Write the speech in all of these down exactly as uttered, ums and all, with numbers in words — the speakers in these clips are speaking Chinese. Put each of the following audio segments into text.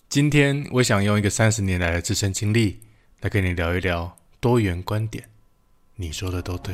今天我想用一个三十年来的自身经历来跟你聊一聊多元观点。你说的都对。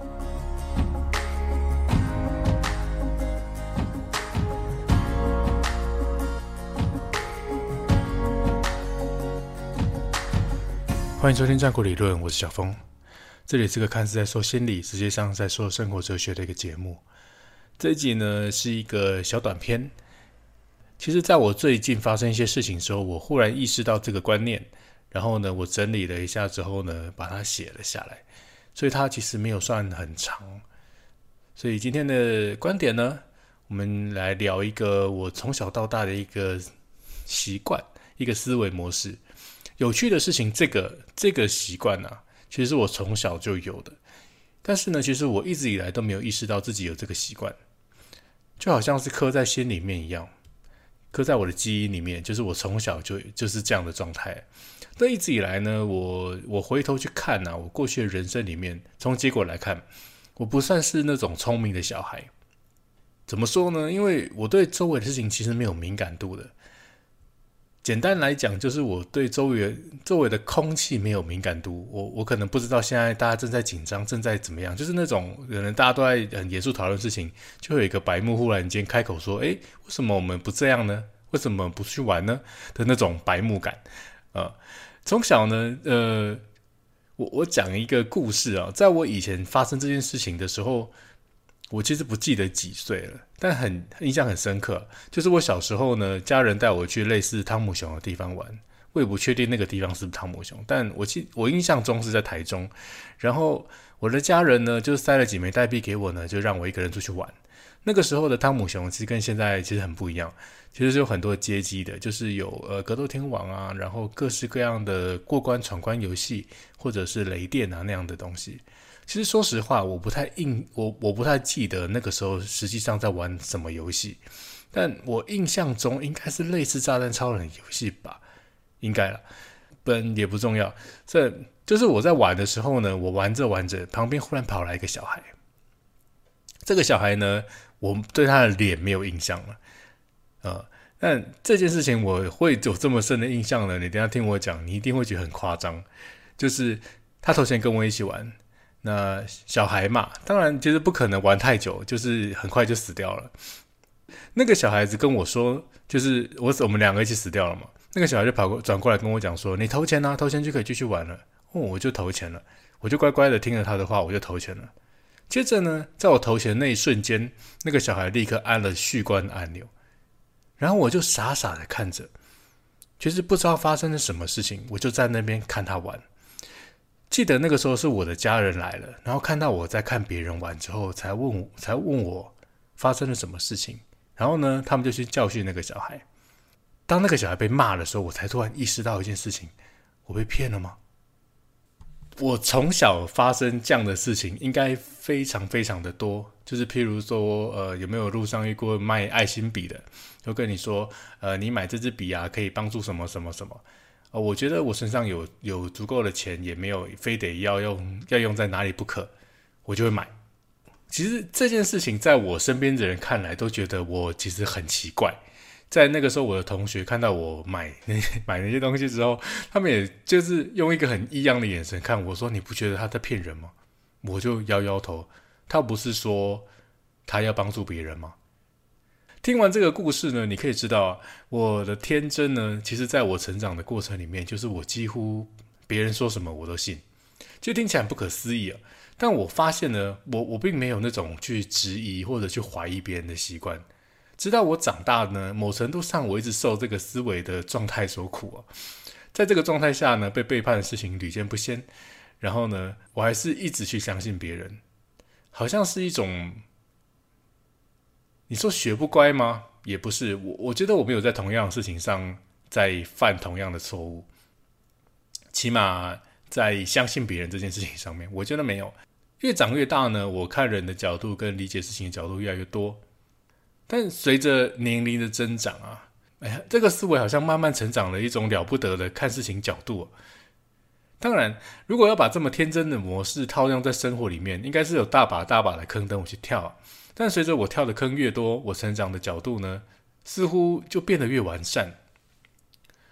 欢迎收听战国理论，我是小峰。这里是个看似在说心理，实际上在说生活哲学的一个节目。这一集呢是一个小短片。其实在我最近发生一些事情的时候，我忽然意识到这个观念，然后呢我整理了一下之后呢把它写了下来，所以它其实没有算很长。所以今天的观点呢，我们来聊一个我从小到大的一个习惯，一个思维模式。有趣的事情，这个这个习惯啊，其实是我从小就有的，但是呢其实我一直以来都没有意识到自己有这个习惯，就好像是刻在心里面一样，刻在我的基因里面，就是我从小就就是这样的状态。但一直以来呢，我我回头去看啊，我过去的人生里面，从结果来看，我不算是那种聪明的小孩。怎么说呢？因为我对周围的事情其实没有敏感度的。简单来讲，就是我对周围周围的空气没有敏感度。我我可能不知道现在大家正在紧张，正在怎么样，就是那种可能大家都在很严肃讨论事情，就会有一个白目忽然间开口说：“哎，为什么我们不这样呢？为什么不去玩呢？”的那种白目感。呃，从小呢，呃，我我讲一个故事啊，在我以前发生这件事情的时候，我其实不记得几岁了，但很印象很深刻。就是我小时候呢，家人带我去类似汤姆熊的地方玩，我也不确定那个地方是不是汤姆熊，但我记我印象中是在台中。然后我的家人呢，就塞了几枚代币给我呢，就让我一个人出去玩。那个时候的汤姆熊其实跟现在其实很不一样，其实是有很多街机的，就是有呃格斗天王啊，然后各式各样的过关闯关游戏，或者是雷电啊那样的东西。其实说实话，我不太印我我不太记得那个时候实际上在玩什么游戏，但我印象中应该是类似炸弹超人的游戏吧，应该啦，不然也不重要。这就是我在玩的时候呢，我玩着玩着，旁边忽然跑来一个小孩。这个小孩呢，我对他的脸没有印象了，呃，但这件事情我会有这么深的印象呢，你等一下听我讲，你一定会觉得很夸张。就是他头前跟我一起玩。那小孩嘛，当然其实不可能玩太久，就是很快就死掉了。那个小孩子跟我说，就是我我们两个一起死掉了嘛。那个小孩就跑过转过来跟我讲说：“你投钱啊，投钱就可以继续玩了。”哦，我就投钱了，我就乖乖的听了他的话，我就投钱了。接着呢，在我投钱的那一瞬间，那个小孩立刻按了续关按钮，然后我就傻傻的看着，其实不知道发生了什么事情，我就在那边看他玩。记得那个时候是我的家人来了，然后看到我在看别人玩之后，才问我才问我发生了什么事情。然后呢，他们就去教训那个小孩。当那个小孩被骂的时候，我才突然意识到一件事情：我被骗了吗？我从小发生这样的事情，应该非常非常的多。就是譬如说，呃，有没有路上遇过卖爱心笔的，就跟你说，呃，你买这支笔啊，可以帮助什么什么什么。哦，我觉得我身上有有足够的钱，也没有非得要用要用在哪里不可，我就会买。其实这件事情在我身边的人看来都觉得我其实很奇怪。在那个时候，我的同学看到我买那买那些东西之后，他们也就是用一个很异样的眼神看我说：“你不觉得他在骗人吗？”我就摇摇头，他不是说他要帮助别人吗？听完这个故事呢，你可以知道我的天真呢，其实在我成长的过程里面，就是我几乎别人说什么我都信，就听起来很不可思议啊。但我发现呢，我我并没有那种去质疑或者去怀疑别人的习惯。直到我长大呢，某程度上我一直受这个思维的状态所苦啊。在这个状态下呢，被背叛的事情屡见不鲜，然后呢，我还是一直去相信别人，好像是一种。你说学不乖吗？也不是，我我觉得我没有在同样的事情上在犯同样的错误，起码在相信别人这件事情上面，我觉得没有。越长越大呢，我看人的角度跟理解事情的角度越来越多，但随着年龄的增长啊，哎呀，这个思维好像慢慢成长了一种了不得的看事情角度啊。当然，如果要把这么天真的模式套用在生活里面，应该是有大把大把的坑等我去跳啊。但随着我跳的坑越多，我成长的角度呢，似乎就变得越完善。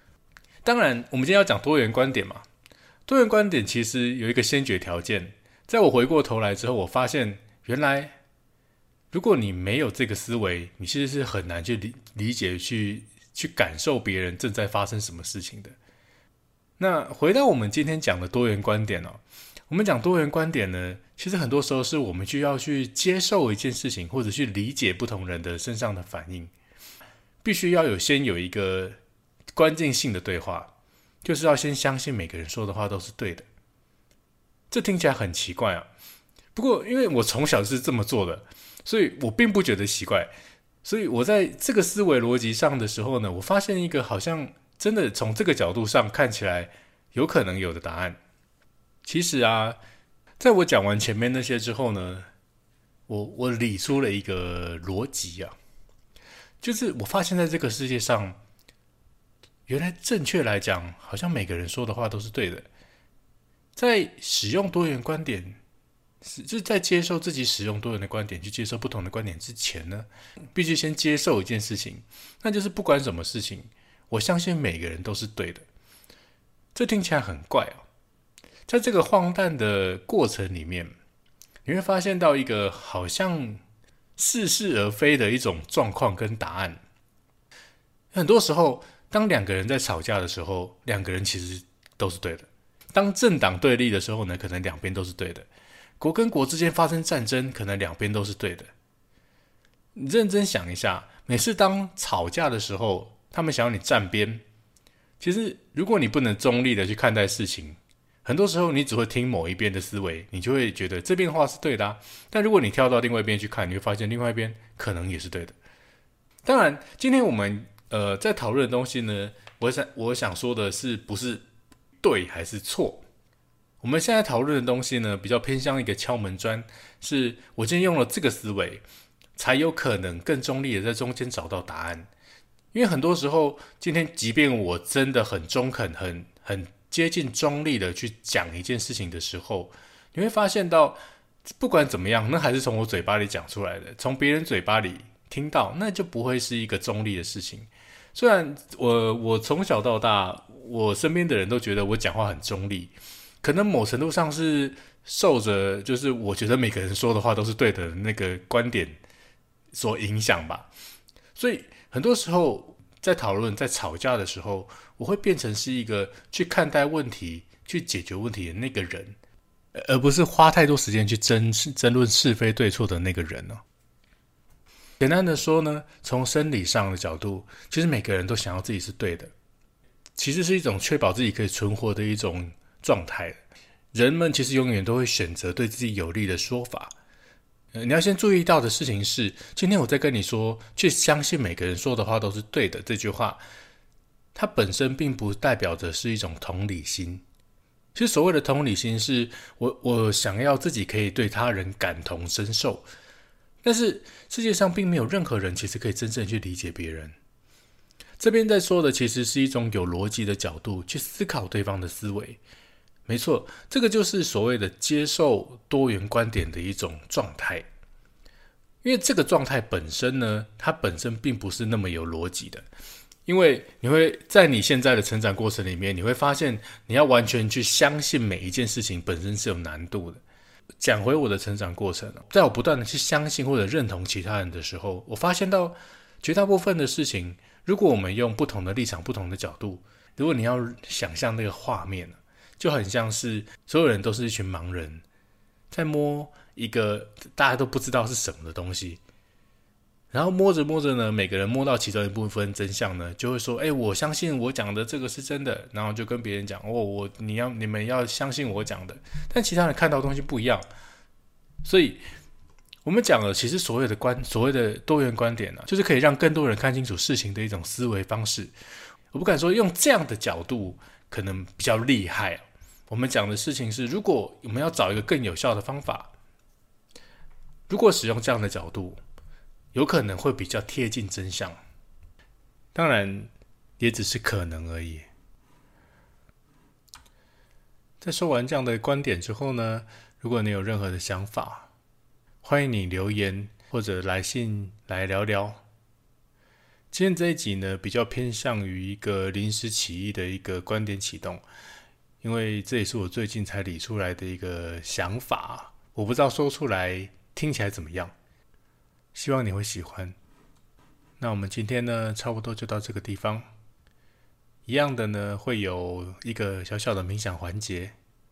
当然，我们今天要讲多元观点嘛，多元观点其实有一个先决条件，在我回过头来之后，我发现原来如果你没有这个思维，你其实是很难去 理, 理解去去感受别人正在发生什么事情的。那回到我们今天讲的多元观点哦，我们讲多元观点呢，其实很多时候是我们需要去接受一件事情，或者去理解不同人的身上的反应，必须要有先有一个关键性的对话，就是要先相信每个人说的话都是对的。这听起来很奇怪啊，不过因为我从小是这么做的，所以我并不觉得奇怪。所以我在这个思维逻辑上的时候呢，我发现一个好像真的从这个角度上看起来有可能有的答案。其实啊，在我讲完前面那些之后呢，我我理出了一个逻辑啊，就是我发现在这个世界上，原来正确来讲，好像每个人说的话都是对的。在使用多元观点，就是在接受自己使用多元的观点，去接受不同的观点之前呢，必须先接受一件事情，那就是不管什么事情，我相信每个人都是对的。这听起来很怪哦。在这个荒诞的过程里面，你会发现到一个好像似是而非的一种状况跟答案。很多时候，当两个人在吵架的时候，两个人其实都是对的。当政党对立的时候呢，可能两边都是对的。国跟国之间发生战争，可能两边都是对的。你认真想一下，每次当吵架的时候，他们想要你站边，其实如果你不能中立的去看待事情，很多时候你只会听某一边的思维，你就会觉得这边的话是对的啊。但如果你跳到另外一边去看，你会发现另外一边可能也是对的。当然，今天我们呃在讨论的东西呢，我想我想说的是，不是对还是错。我们现在讨论的东西呢，比较偏向一个敲门砖，是我今天用了这个思维，才有可能更中立的在中间找到答案。因为很多时候，今天即便我真的很中肯、很很接近中立的去讲一件事情的时候，你会发现到，不管怎么样，那还是从我嘴巴里讲出来的，从别人嘴巴里听到，那就不会是一个中立的事情。虽然我我从小到大，我身边的人都觉得我讲话很中立。可能某程度上是受着就是我觉得每个人说的话都是对的那个观点所影响吧。所以很多时候在讨论在吵架的时候，我会变成是一个去看待问题去解决问题的那个人，而不是花太多时间去争争论是非对错的那个人哦。简单的说呢，从生理上的角度，其实每个人都想要自己是对的，其实是一种确保自己可以存活的一种状态。人们其实永远都会选择对自己有利的说法。呃、你要先注意到的事情是，今天我在跟你说去相信每个人说的话都是对的这句话，它本身并不代表着是一种同理心。其实所谓的同理心是我我想要自己可以对他人感同身受，但是世界上并没有任何人其实可以真正去理解别人。这边在说的其实是一种有逻辑的角度去思考对方的思维。没错，这个就是所谓的接受多元观点的一种状态。因为这个状态本身呢，它本身并不是那么有逻辑的。因为你会在你现在的成长过程里面，你会发现你要完全去相信每一件事情本身是有难度的。讲回我的成长过程，在我不断的去相信或者认同其他人的时候，我发现到绝大部分的事情，如果我们用不同的立场、不同的角度，如果你要想象那个画面，就很像是所有人都是一群盲人，在摸一个大家都不知道是什么的东西，然后摸着摸着呢，每个人摸到其中一部分真相呢，就会说：“哎，我相信我讲的这个是真的。”然后就跟别人讲：“哦，我你要你们要相信我讲的。”但其他人看到的东西不一样，所以我们讲了，其实所谓的观所谓的多元观点呢、啊，就是可以让更多人看清楚事情的一种思维方式。我不敢说用这样的角度可能比较厉害、啊。我们讲的事情是，如果我们要找一个更有效的方法，如果使用这样的角度，有可能会比较贴近真相。当然，也只是可能而已。在说完这样的观点之后呢，如果你有任何的想法，欢迎你留言或者来信来聊聊。 今天这一集呢，比较偏向于一个临时起意的一个观点启动，因为这也是我最近才理出来的一个想法，我不知道说出来听起来怎么样，希望你会喜欢。那我们今天呢，差不多就到这个地方。一样的呢，会有一个小小的冥想环节，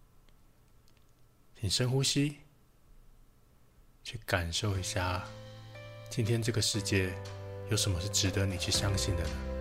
请深呼吸，去感受一下今天这个世界有什么是值得你去相信的呢？